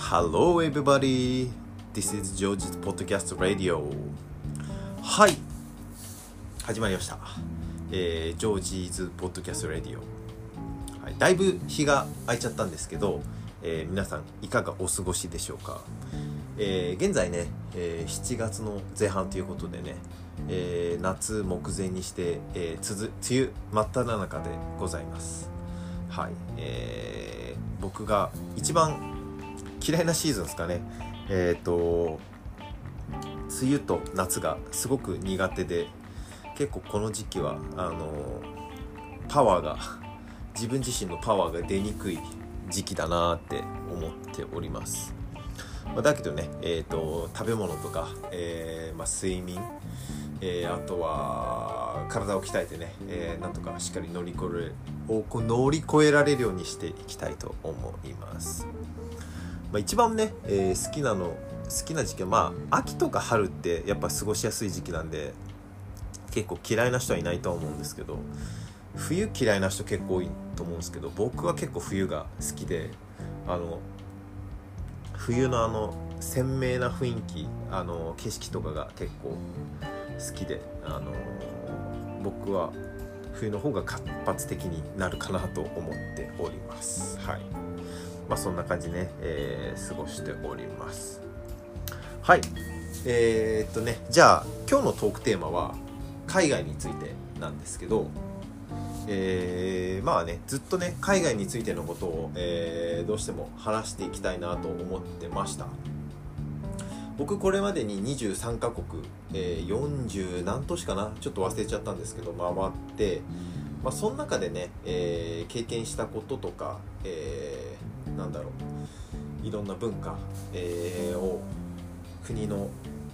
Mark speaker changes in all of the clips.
Speaker 1: Hello everybody, this is George's Podcast Radio. はい、始まりました。ジョージーズポッドキャストラディオ。はい、だいぶ日が空いちゃったんですけど、皆さんいかがお過ごしでしょうか。現在ね、7月の前半ということでね、夏目前にして、梅雨真っ只中でございます。はい、僕が一番嫌いなシーズンですかね。梅雨と夏がすごく苦手で、結構この時期は自分自身のパワーが出にくい時期だなって思っております。だけどね、食べ物とか、睡眠、あとは体を鍛えてね、なんとかしっかり乗り越えられるようにしていきたいと思います。一番ね、好きな時期は秋とか春ってやっぱ過ごしやすい時期なんで、結構嫌いな人はいないと思うんですけど、冬嫌いな人結構多いと思うんですけど、僕は結構冬が好きで、冬の鮮明な雰囲気、景色とかが結構好きで、僕は冬の方が活発的になるかなと思っております。はい、そんな感じね、過ごしております。はい、じゃあ今日のトークテーマは海外についてなんですけど、ずっとね海外についてのことを、どうしても話していきたいなと思ってました。僕これまでに23カ国、40何都市かな、ちょっと忘れちゃったんですけど回って、その中でね、経験したこととか、いろんな文化、を国の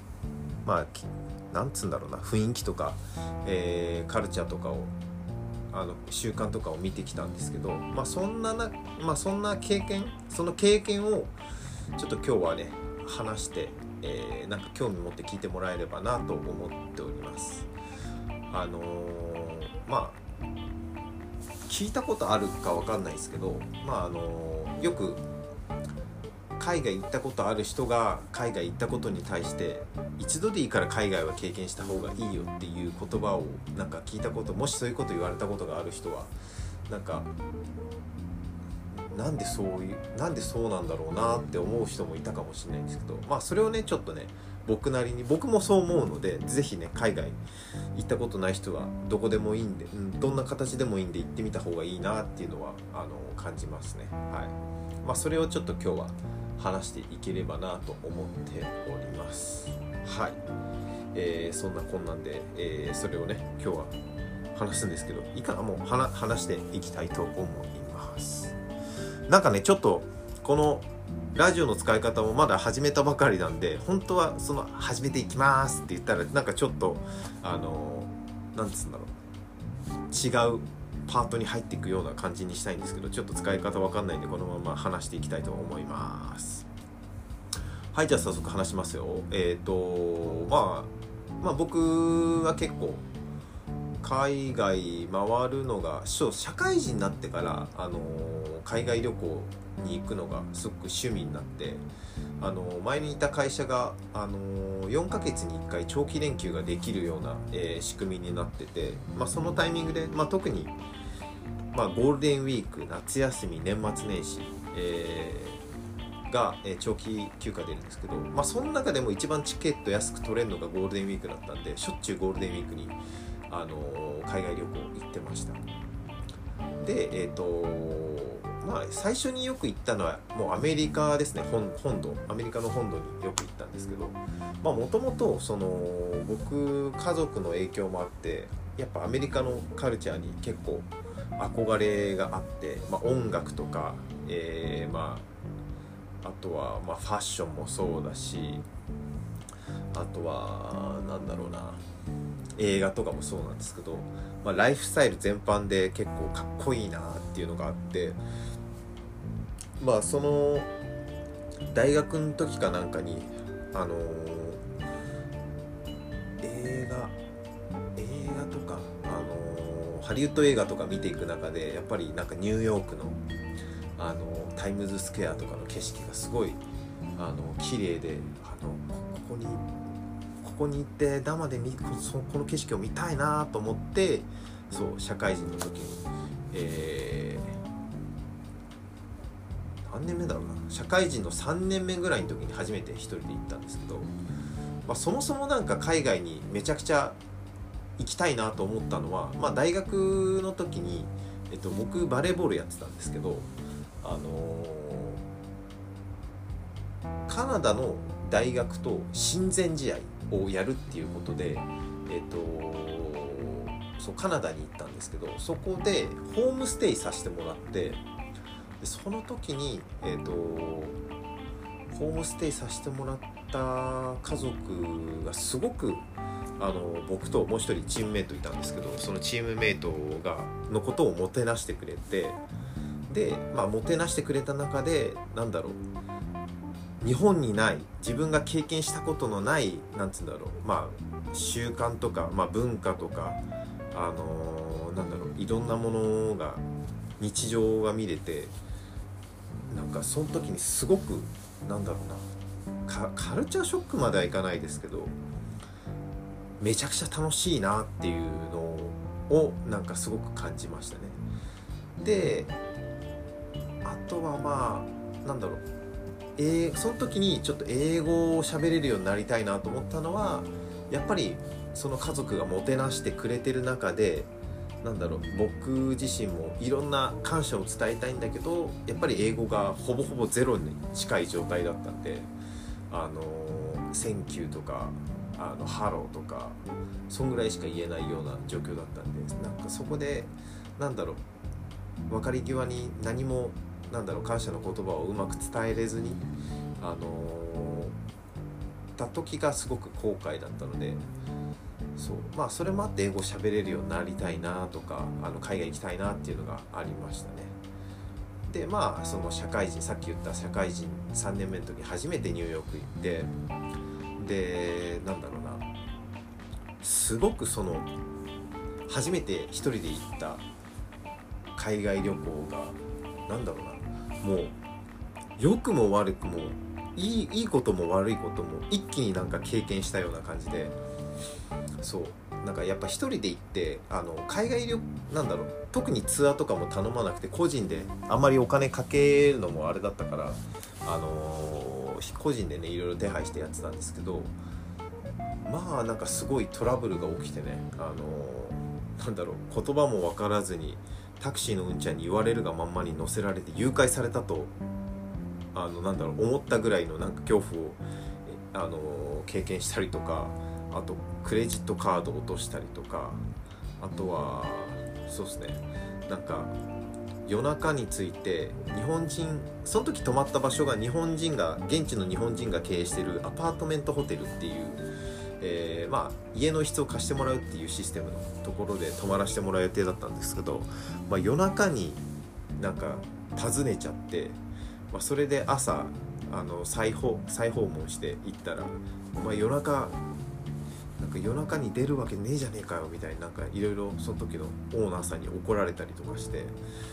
Speaker 1: 雰囲気とか、カルチャーとかを習慣とかを見てきたんですけど、その経験をちょっと今日はね話して、興味持って聞いてもらえればなと思っております。聞いたことあるかわかんないですけど、よく海外行ったことある人が海外行ったことに対して、一度でいいから海外は経験した方がいいよっていう言葉を聞いたこと、もしそういうこと言われたことがある人はなんでそうなんだろうなって思う人もいたかもしれないんですけど、それをねちょっとね僕もそう思うので、ぜひね海外行ったことない人はどこでもいいんで、どんな形でもいいんで行ってみた方がいいなっていうのは感じますね。はい、それをちょっと今日は話していければなと思っております。はい、そんなこんなんで、それをね今日は話すんですけど、いいかな、もう話していきたいと思います。ちょっとこのラジオの使い方もまだ始めたばかりなんで、本当は始めていきますって言ったらちょっと違うパートに入っていくような感じにしたいんですけど、ちょっと使い方わかんないんでこのまま話していきたいと思います。はい、じゃあ早速話しますよ。僕は結構海外回るのが社会人になってから、海外旅行に行くのがすごく趣味になって、前にいた会社が、4ヶ月に1回長期連休ができるような、仕組みになってて、そのタイミングで、特に、ゴールデンウィーク、夏休み、年末年始、が、長期休暇出るんですけど、その中でも一番チケット安く取れるのがゴールデンウィークだったんで、しょっちゅうゴールデンウィークに海外旅行行ってました。で、最初によく行ったのはもうアメリカですね。アメリカの本土によく行ったんですけど、もともと僕家族の影響もあって、やっぱアメリカのカルチャーに結構憧れがあって、音楽とか、あとはファッションもそうだし、あとは映画とかもそうなんですけど、ライフスタイル全般で結構かっこいいなっていうのがあって、その大学の時かなんかに映画とかハリウッド映画とか見ていく中で、やっぱりニューヨークのタイムズスクエアとかの景色がすごい綺麗でここに行って生でこの景色を見たいなと思って、そう社会人の時に、何年目だろうな、社会人の3年目ぐらいの時に初めて一人で行ったんですけど、そもそもなんか海外にめちゃくちゃ行きたいなと思ったのは、大学の時に、僕バレーボールやってたんですけど、カナダの大学と親善試合をやるっていうことで、そうカナダに行ったんですけど、そこでホームステイさせてもらって、でその時に、ホームステイさせてもらった家族がすごく僕ともう一人チームメイトいたんですけど、そのチームメイトのことをもてなしてくれて、で、もてなしてくれた中で日本にない自分が経験したことのない習慣とか、文化とかいろんなものが日常が見れて、その時にすごくカルチャーショックまではいかないですけど、めちゃくちゃ楽しいなっていうのをすごく感じましたね。で、あとはその時にちょっと英語を喋れるようになりたいなと思ったのは、やっぱりその家族がもてなしてくれてる中で僕自身もいろんな感謝を伝えたいんだけど、やっぱり英語がほぼほぼゼロに近い状態だったんで、センキューとかハローとかそんぐらいしか言えないような状況だったんで、そこで別れ際に何も感謝の言葉をうまく伝えれずにた時がすごく後悔だったので、それもあって英語喋れるようになりたいなとか、海外行きたいなっていうのがありましたね。でそのさっき言った社会人3年目の時に初めてニューヨーク行って、ですごく初めて一人で行った海外旅行がもう良くも悪くもいいことも悪いことも一気に経験したような感じで、やっぱ一人で行って海外特にツアーとかも頼まなくて、個人であんまりお金かけるのもあれだったから、個人でねいろいろ手配してやってたんですけど、すごいトラブルが起きてね、言葉も分からずにタクシーのうんちゃんに言われるがまんまに乗せられて誘拐されたと思ったぐらいの恐怖を経験したりとか、あとクレジットカードを落としたりとか、あとはそうですね夜中に着いてその時泊まった場所が現地の日本人が経営しているアパートメントホテルっていう、家の室を貸してもらうっていうシステムのところで泊まらせてもらう予定だったんですけど、夜中に訪ねちゃって、それで朝再訪問して行ったら、お前夜中に出るわけねえじゃねえかよみたいないろいろその時のオーナーさんに怒られたりとかして、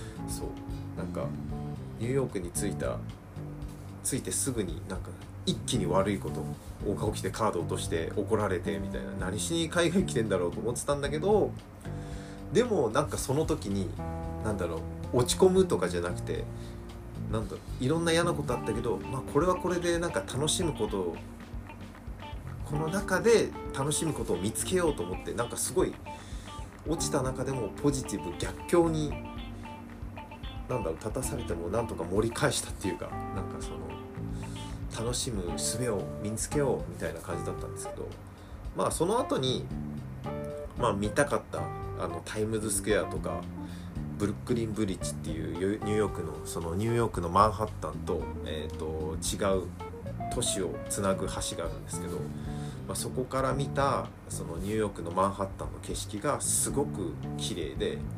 Speaker 1: ニューヨークに着いてすぐに一気に悪いことが起きて、カード落として怒られてみたいな、何しに海外来てんだろうと思ってたんだけど、でもその時に落ち込むとかじゃなくて、いろんな嫌なことあったけど、これはこれで楽しむことを、この中で楽しむことを見つけようと思って、すごい落ちた中でもポジティブ逆境に立たされてもなんとか盛り返したっていうか、楽しむ術を見つけようみたいな感じだったんですけど、その後に見たかったタイムズスクエアとかブルックリンブリッジっていうニューヨークのマンハッタンと、違う都市をつなぐ橋があるんですけど、そこから見たそのニューヨークのマンハッタンの景色がすごく綺麗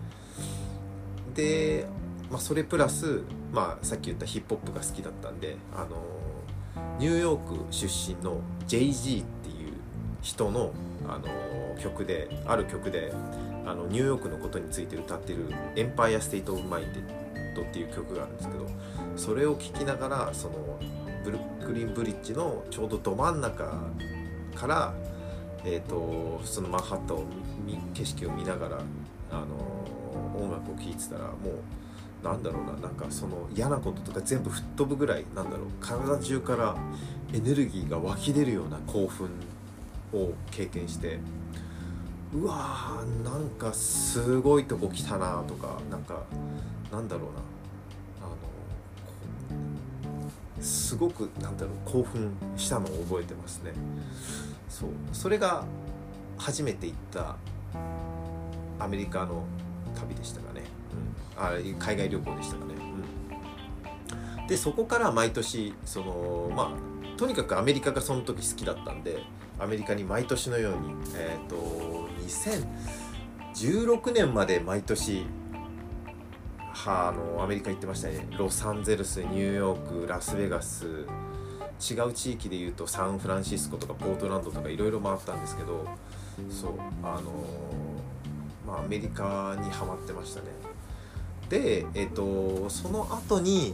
Speaker 1: で、それプラス、さっき言ったヒップホップが好きだったんで、ニューヨーク出身の Jay-Z っていう人の、曲でニューヨークのことについて歌ってるエンパイアステイトオブマインドっていう曲があるんですけど、それを聴きながらブルックリンブリッジのちょうどど真ん中から、そのマンハッタンを景色を見ながら、音楽を聴いてたら、もうなんだろうな、なんかその嫌なこととか全部吹っ飛ぶぐらい、なんだろう、体中からエネルギーが湧き出るような興奮を経験して、うわー、なんかすごいとこ来たなとか、なんだろうな、すごくなんだろう、興奮したのを覚えてますね。そう、それが初めて行ったアメリカの旅でしたかね、海外旅行でしたかね、でそこから毎年とにかくアメリカがその時好きだったんで、アメリカに毎年のように、2016年まで毎年アメリカ行ってましたね。ロサンゼルス、ニューヨーク、ラスベガス、違う地域でいうとサンフランシスコとかポートランドとかいろいろ回ったんですけど、そう、アメリカにハマってましたね。で、その後に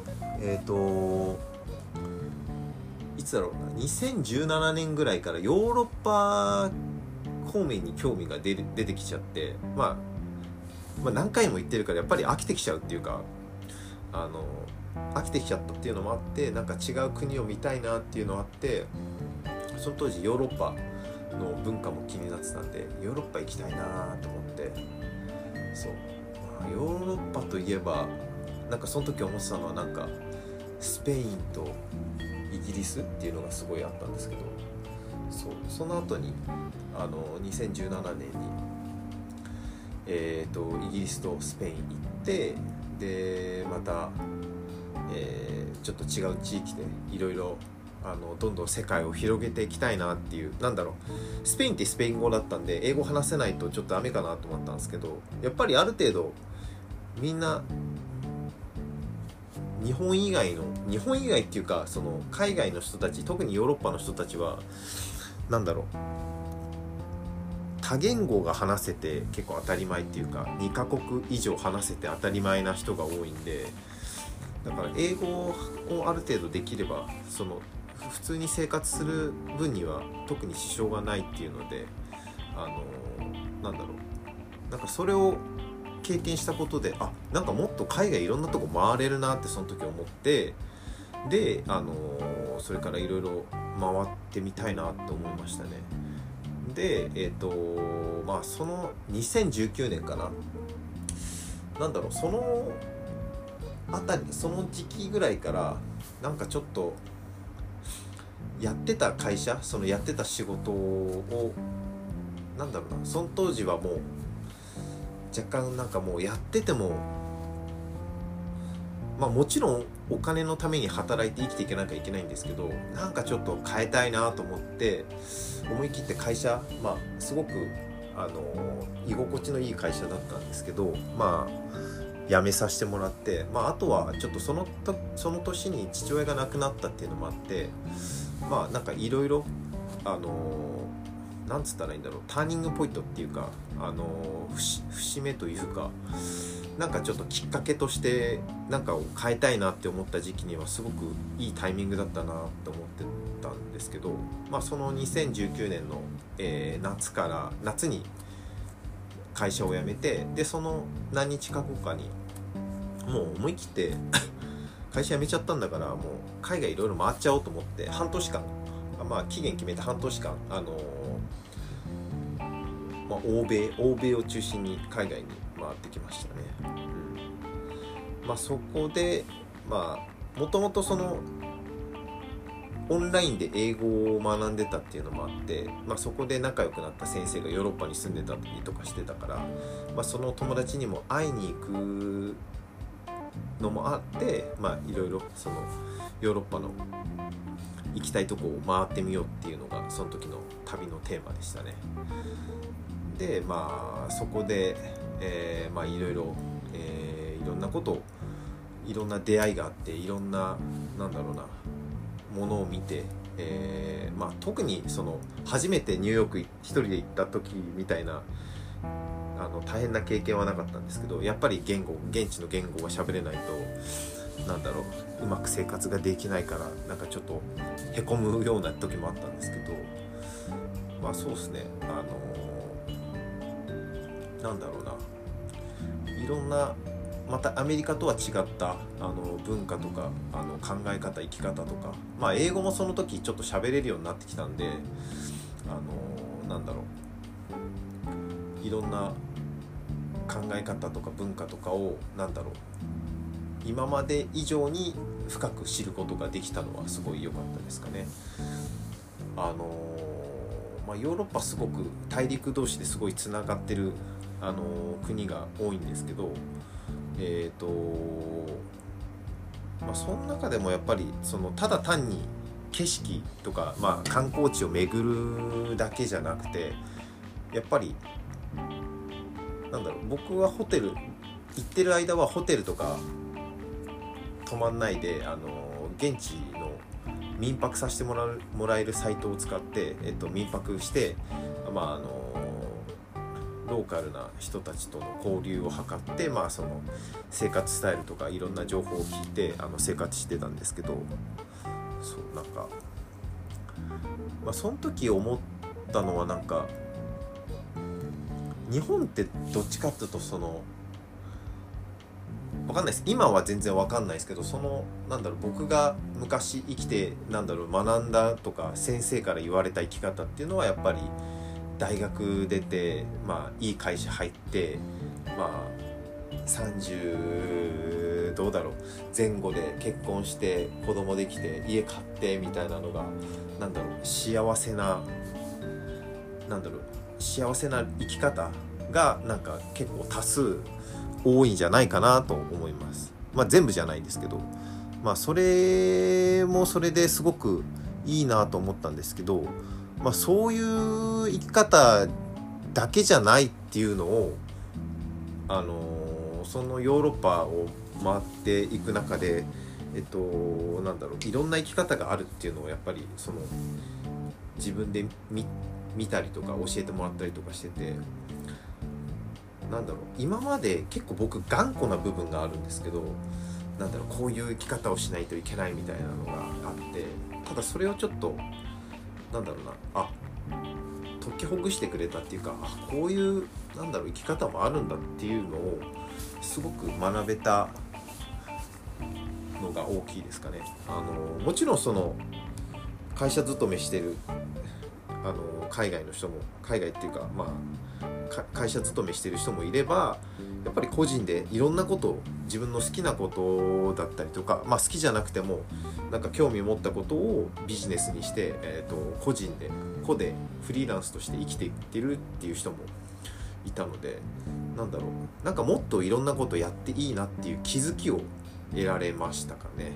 Speaker 1: いつだろうな、2017年ぐらいからヨーロッパ方面に興味が出てきちゃって、何回も言ってるからやっぱり飽きてきちゃうっていうか、飽きてきちゃったっていうのもあって、なんか違う国を見たいなっていうのがあって、その当時ヨーロッパの文化も気になってたんで、ヨーロッパ行きたいなと思って、そう、ヨーロッパといえばなんかその時思ってたのは、なんかスペインとイギリスっていうのがすごいあったんですけど、その後に2017年にイギリスとスペイン行って、でまた、ちょっと違う地域でいろいろどんどん世界を広げていきたいなっていう、なんだろう、スペインってスペイン語だったんで英語話せないとちょっとダメかなと思ったんですけど、やっぱりある程度みんな日本以外っていうか、その海外の人たち、特にヨーロッパの人たちはなんだろう、多言語が話せて結構当たり前っていうか、2カ国以上話せて当たり前な人が多いんで、だから英語をある程度できれば、その普通に生活する分には特に支障がないっていうので、なんだろう、なんかそれを経験したことで、なんかもっと海外いろんなとこ回れるなってその時思って、でそれからいろいろ回ってみたいなって思いましたね。でその2019年かな、なんだろう、その時期ぐらいからなんかちょっとやってた会社、そのやってた仕事を、なんだろうな、その当時はもう若干なんかもうやってても、もちろんお金のために働いて生きていけなきゃいけないんですけど、なんかちょっと変えたいなと思って思い切って会社、すごく居心地のいい会社だったんですけど、辞めさせてもらって、あとはちょっとその年に父親が亡くなったっていうのもあって、なんかいろいろなんつったらいいんだろう、ターニングポイントっていうか、節目というか、なんかちょっときっかけとしてなんかを変えたいなって思った時期にはすごくいいタイミングだったなと思ってたんですけど、その2019年の、夏に会社を辞めて、でその何日か後かにもう思い切って会社辞めちゃったんだから、もう海外いろいろ回っちゃおうと思って、半年間、期限決めて半年間欧米を中心に海外に回ってきましたね。そこでもともとそのオンラインで英語を学んでたっていうのもあって、そこで仲良くなった先生がヨーロッパに住んでたりとかしてたから、その友達にも会いに行くのもあって、いろいろそのヨーロッパの行きたいとこを回ってみようっていうのがその時の旅のテーマでしたね。でそこで、いろいろ、いろんなことを、いろんな出会いがあって、いろんなものを見て、特にその初めてニューヨーク一人で行った時みたいな大変な経験はなかったんですけど、やっぱり現地の言語が喋れないとなんだろうまく生活ができないからなんかちょっとへこむような時もあったんですけど、まあそうですね、なんだろうな、いろんなまたアメリカとは違った文化とか考え方生き方とか、まあ英語もその時ちょっと喋れるようになってきたんで、なんだろう、いろんな考え方とか文化とかをなんだろう今まで以上に深く知ることができたのはすごい良かったですかね。まあ、ヨーロッパすごく大陸同士ですごいつながってる、国が多いんですけど、まあ、その中でもやっぱりただ単に景色とか、まあ、観光地を巡るだけじゃなくて、やっぱりなんだろう、僕はホテル行ってる間はホテルとか泊まんないで現地の民泊させてもらえるサイトを使って、民泊して、まあローカルな人たちとの交流を図って、まあ、その生活スタイルとかいろんな情報を聞いて生活してたんですけど、そうなんか、まあ、その時思ったのはなんか日本ってどっちかっていうとわかんないです。今は全然わかんないですけど、なんだろう、僕が昔生きてなんだろう学んだとか先生から言われた生き方っていうのはやっぱり大学出て、まあいい会社入って、まあ30どうだろう前後で結婚して子供できて家買ってみたいなのがなんだろう幸せな生き方がなんか結構多数多いんじゃないかなと思います。まあ全部じゃないんですけど、まあそれもそれですごくいいなと思ったんですけど、まあそういう生き方だけじゃないっていうのをそのヨーロッパを回っていく中でなんだろういろんな生き方があるっていうのをやっぱり自分で見たりとか教えてもらったりとかしてて、なんだろう今まで結構僕頑固な部分があるんですけど、なんだろうこういう生き方をしないといけないみたいなのがあって、ただそれをちょっとなんだろうな解きほぐしてくれたっていうか、こういうなんだろう生き方もあるんだっていうのをすごく学べたのが大きいですかね。もちろん会社勤めしてる海外の人も海外っていうかまあ会社勤めしてる人もいれば、やっぱり個人でいろんなことを自分の好きなことだったりとか、まあ好きじゃなくてもなんか興味を持ったことをビジネスにして、個人でフリーランスとして生きていってるっていう人もいたので、なんだろうなんかもっといろんなことやっていいなっていう気づきを得られましたかね。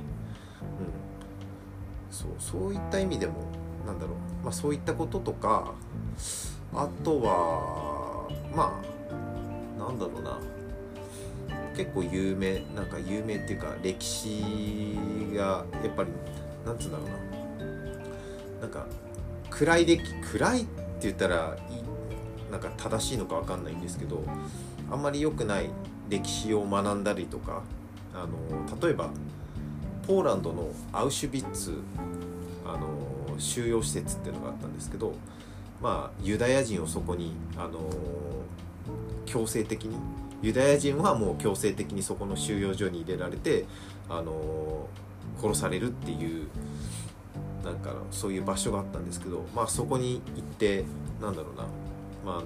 Speaker 1: そういった意味でもなんだろう、まあ、そういったこととか、あとはまあなんだろうな、結構有名っていうか歴史がやっぱりなんつうんだろうな、なんか暗いって言ったらなんか正しいのか分かんないんですけど、あんまり良くない歴史を学んだりとか、例えばポーランドのアウシュビッツ収容施設っていうのがあったんですけど、まあユダヤ人をそこに強制的にユダヤ人はもう強制的にそこの収容所に入れられて殺されるっていうなんかそういう場所があったんですけど、まあそこに行ってなんだろうな、まあ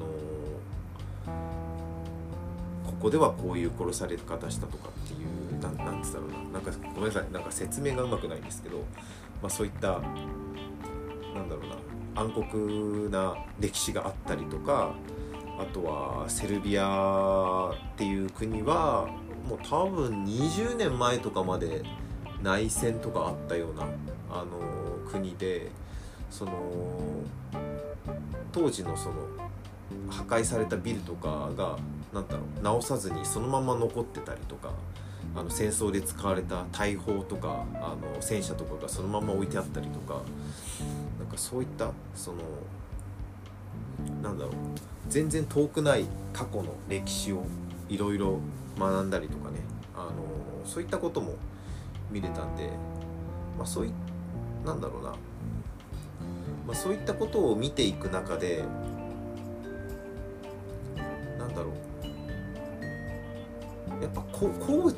Speaker 1: ここではこういう殺され方したとかっていうなんつったろうな、なんかごめんなさいなんか説明がうまくないんですけど、まあそういったなんだろうな暗黒な歴史があったりとか、あとはセルビアっていう国はもう多分20年前とかまで内戦とかあったような国で、当時の破壊されたビルとかがなんだろう直さずにそのまま残ってたりとか、戦争で使われた大砲とか戦車とかがそのまま置いてあったりとか、なんかそういったなんだろう全然遠くない過去の歴史をいろいろ学んだりとかね、そういったことも見れたんで、そういなんだろうな、そういったことを見ていく中で、なんだろう、やっぱこう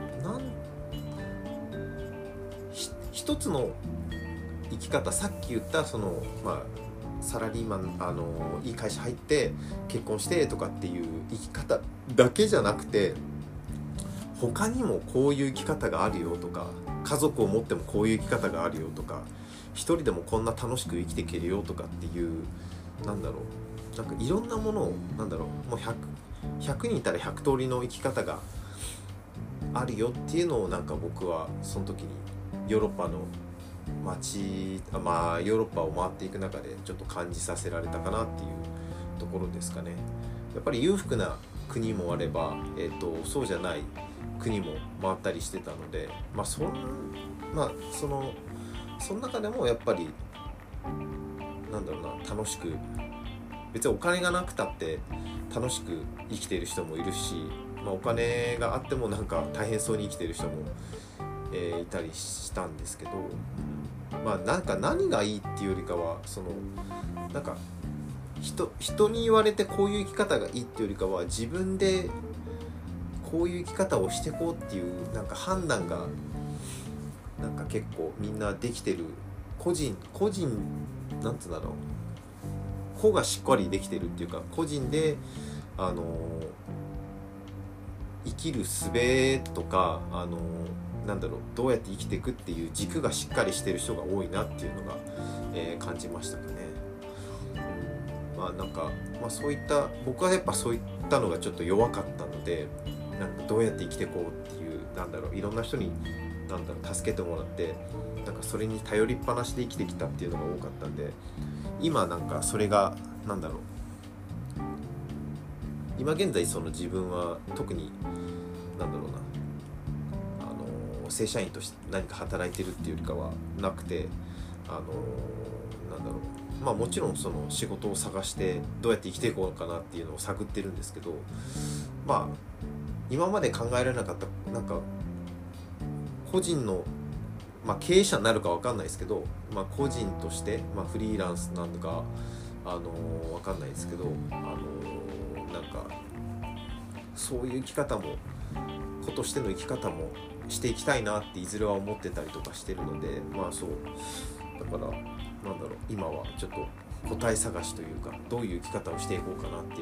Speaker 1: 一つの生き方、さっき言ったそのサラリーマンいい会社入って結婚してとかっていう生き方だけじゃなくて、他にもこういう生き方があるよとか、家族を持ってもこういう生き方があるよとか、一人でもこんな楽しく生きていけるよとかっていう、なんかいろんなものをもう 100人いたら100通りの生き方があるよっていうのを僕はその時にヨーロッパの街、ヨーロッパを回っていく中でちょっと感じさせられたかなっていうところですかね。やっぱり裕福な国もあれば、そうじゃない国も回ったりしてたので、その中でもやっぱり楽しく、別にお金がなくたって楽しく生きている人もいるし、お金があっても大変そうに生きている人も、いたりしたんですけど、何がいいっていうよりかは、人に言われてこういう生き方がいいっていうよりかは、自分でこういう生き方をしていこうっていう判断が結構みんなできてる、個人なんつうんだろう、個がしっかりできてるっていうか、個人で生きる術とかどうやって生きていくっていう軸がしっかりしてる人が多いなっていうのが、感じましたかね。そういった僕はやっぱそういったのがちょっと弱かったので、どうやって生きていこうっていういろんな人に助けてもらって、それに頼りっぱなしで生きてきたっていうのが多かったんで、今それが今現在その自分は特に正社員として何か働いてるっていうよりかはなくて、もちろんその仕事を探してどうやって生きていこうかなっていうのを探ってるんですけど、今まで考えられなかった個人の、経営者になるか分かんないですけど、個人として、フリーランスなのか分かんないですけど、そういう生き方も、子としての生き方もしていきたいなっていずれは思ってたりとかしてるので、そうだから今はちょっと答え探しというか、どういう生き方をしていこうかなって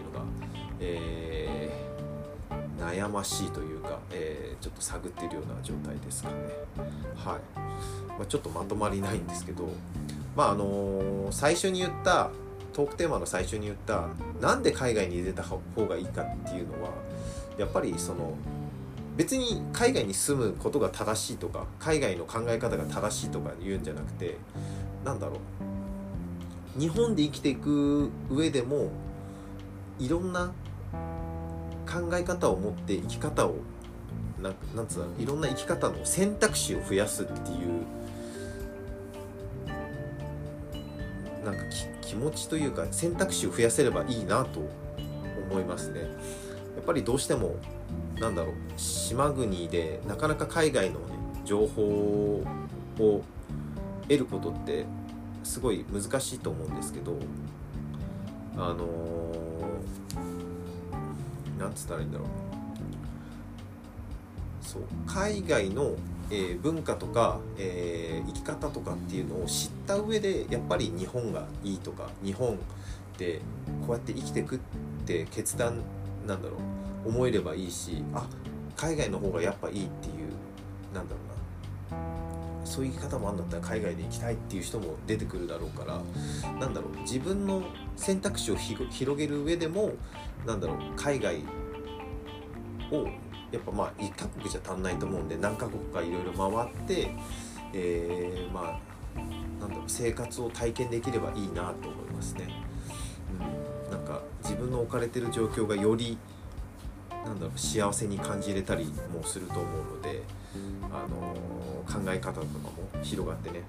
Speaker 1: いうのが、悩ましいというか、ちょっと探っているような状態ですかね。はい。ちょっとまとまりないんですけど、最初に言ったトークテーマの最初に言ったなんで海外に出た方がいいかっていうのは、やっぱり別に海外に住むことが正しいとか、海外の考え方が正しいとか言うんじゃなくて、日本で生きていく上でもいろんな考え方を持って生き方をいろんな生き方の選択肢を増やすっていう気持ちというか、選択肢を増やせればいいなと思いますね。やっぱりどうしても島国でなかなか海外の、情報を得ることってすごい難しいと思うんですけど、なんつったらいいんだろう、そう海外の、文化とか、生き方とかっていうのを知った上で、やっぱり日本がいいとか、日本でこうやって生きていくって決断思えればいいし、海外の方がやっぱいいっていうそういう生き方もあるんだったら海外で行きたいっていう人も出てくるだろうから、自分の選択肢を広げる上でも海外をやっぱ1カ国じゃ足んないと思うんで、何カ国かいろいろ回って、生活を体験できればいいなと思いますね。自分の置かれてる状況がより幸せに感じれたりもすると思うので、考え方とかも広がってね、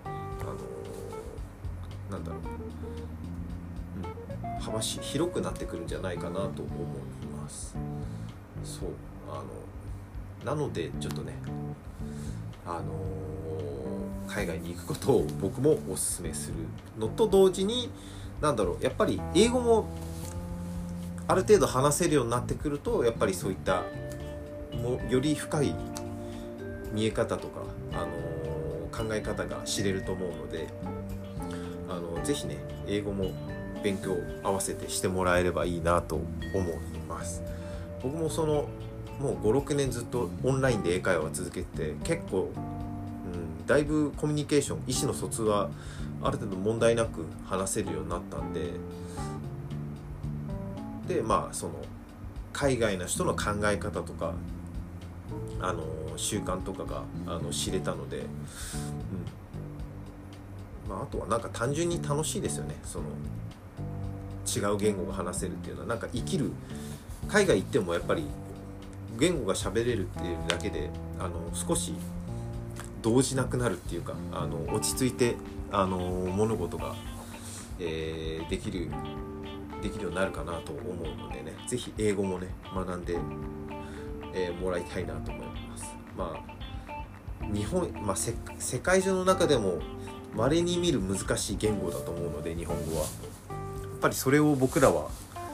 Speaker 1: 幅広くなってくるんじゃないかなと思います。そうなのでちょっとね、 海外に行くことを僕もお勧めするのと同時に、やっぱり英語もある程度話せるようになってくると、やっぱりそういったより深い見え方とか、考え方が知れると思うので、ぜひね英語も勉強合わせてしてもらえればいいなと思います。僕ももう 5,6 年ずっとオンラインで英会話を続けて結構、だいぶコミュニケーション、意思の疎通はある程度問題なく話せるようになったんで、海外の人の考え方とか習慣とかが知れたので、あとは単純に楽しいですよね。違う言語が話せるっていうのは生きる、海外行ってもやっぱり言語が喋れるっていうだけで少し動じなくなるっていうか、落ち着いて物事が、できるようになるかなと思うのでね、ぜひ英語もね学んで、もらいたいなと思います。日本、世界中の中でも稀に見る難しい言語だと思うので、日本語はやっぱりそれを僕らは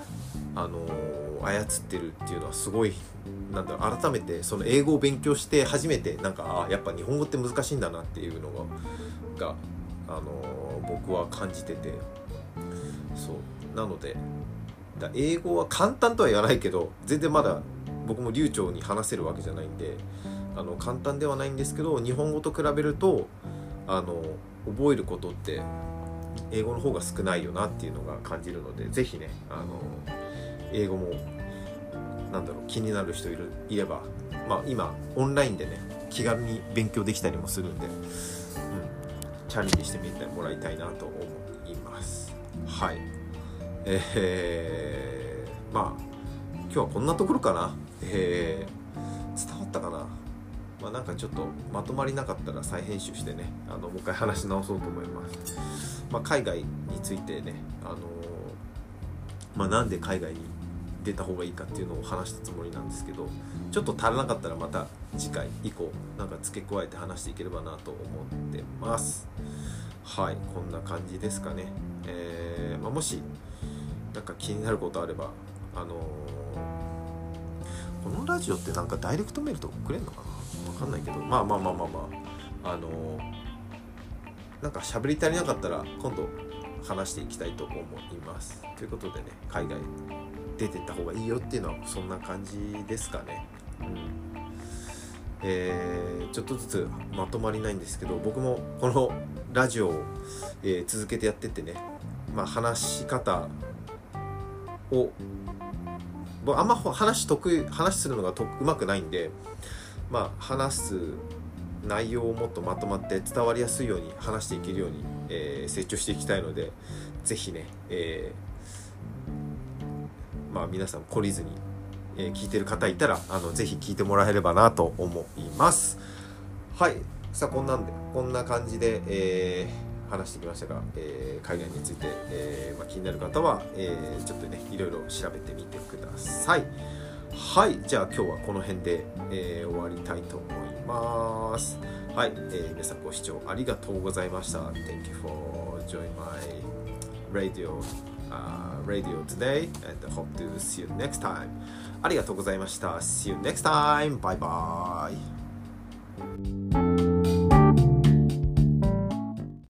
Speaker 1: 操ってるっていうのはすごい、改めて英語を勉強して初めてやっぱ日本語って難しいんだなっていうのが僕は感じてて、そうなので英語は簡単とは言わないけど、全然まだ僕も流暢に話せるわけじゃないんで簡単ではないんですけど、日本語と比べると覚えることって英語の方が少ないよなっていうのが感じるので、ぜひね英語も気になる人いれば、今オンラインでね気軽に勉強できたりもするんで、チャレンジしてみてもらいたいなと思います。はい。今日はこんなところかな。伝わったかな。ちょっとまとまりなかったら再編集してねもう一回話し直そうと思います。海外についてねなんで海外に出た方がいいかっていうのを話したつもりなんですけど、ちょっと足らなかったらまた次回以降付け加えて話していければなと思ってます。はい、こんな感じですかね。もし気になることあればこのラジオってダイレクトメールとか送れんのかな、わかんないけど、喋り足りなかったら今度話していきたいと思います。ということでね、海外出てった方がいいよっていうのはそんな感じですかね。ちょっとずつまとまりないんですけど、僕もこのラジオを、続けてやってってね、話し方をあんま話するのがうまくないんで、話す内容をもっとまとまって伝わりやすいように話していけるように、成長していきたいので、ぜひね、皆さん懲りずに、聞いてる方いたらぜひ聞いてもらえればなと思います。はい、さあこんな感じで、話してきましたが、海外について、気になる方は、ちょっとねいろいろ調べてみてください。はい、じゃあ今日はこの辺で、終わりたいと思います。はい、皆さんご視聴ありがとうございました。 Thank you for joining my radio today and hope to see you next time. ありがとうございました。 See you next time. Bye bye.